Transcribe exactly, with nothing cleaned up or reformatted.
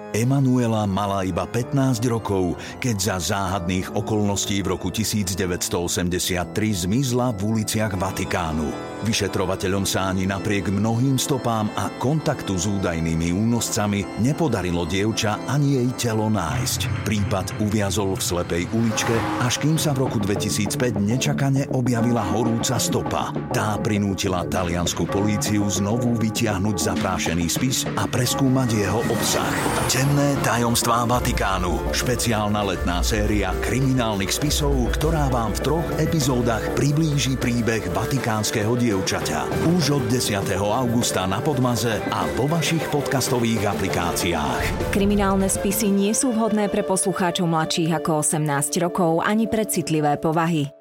Emanuela mala iba pätnásť rokov, keď za záhadných okolností v roku tisícdeväťstoosemdesiattri zmizla v uliciach Vatikánu. Vyšetrovateľom sa ani napriek mnohým stopám a kontaktu s údajnými únoscami nepodarilo dievča ani jej telo nájsť. Prípad uviazol v slepej uličke, až kým sa v roku dvetisícpäť nečakane objavila horúca stopa. Tá prinútila taliansku políciu znovu vytiahnuť zaprášený spis a preskúmať jeho obsah. Temné tajomstvá Vatikánu. Špeciálna letná séria kriminálnych spisov, ktorá vám v troch epizódach priblíži príbeh vatikánskeho dievčaťa. Už od desiateho augusta na Podmaze a vo vašich podcastových aplikáciách. Kriminálne spisy nie sú vhodné pre poslucháčov mladších ako osemnásť rokov ani pre citlivé povahy.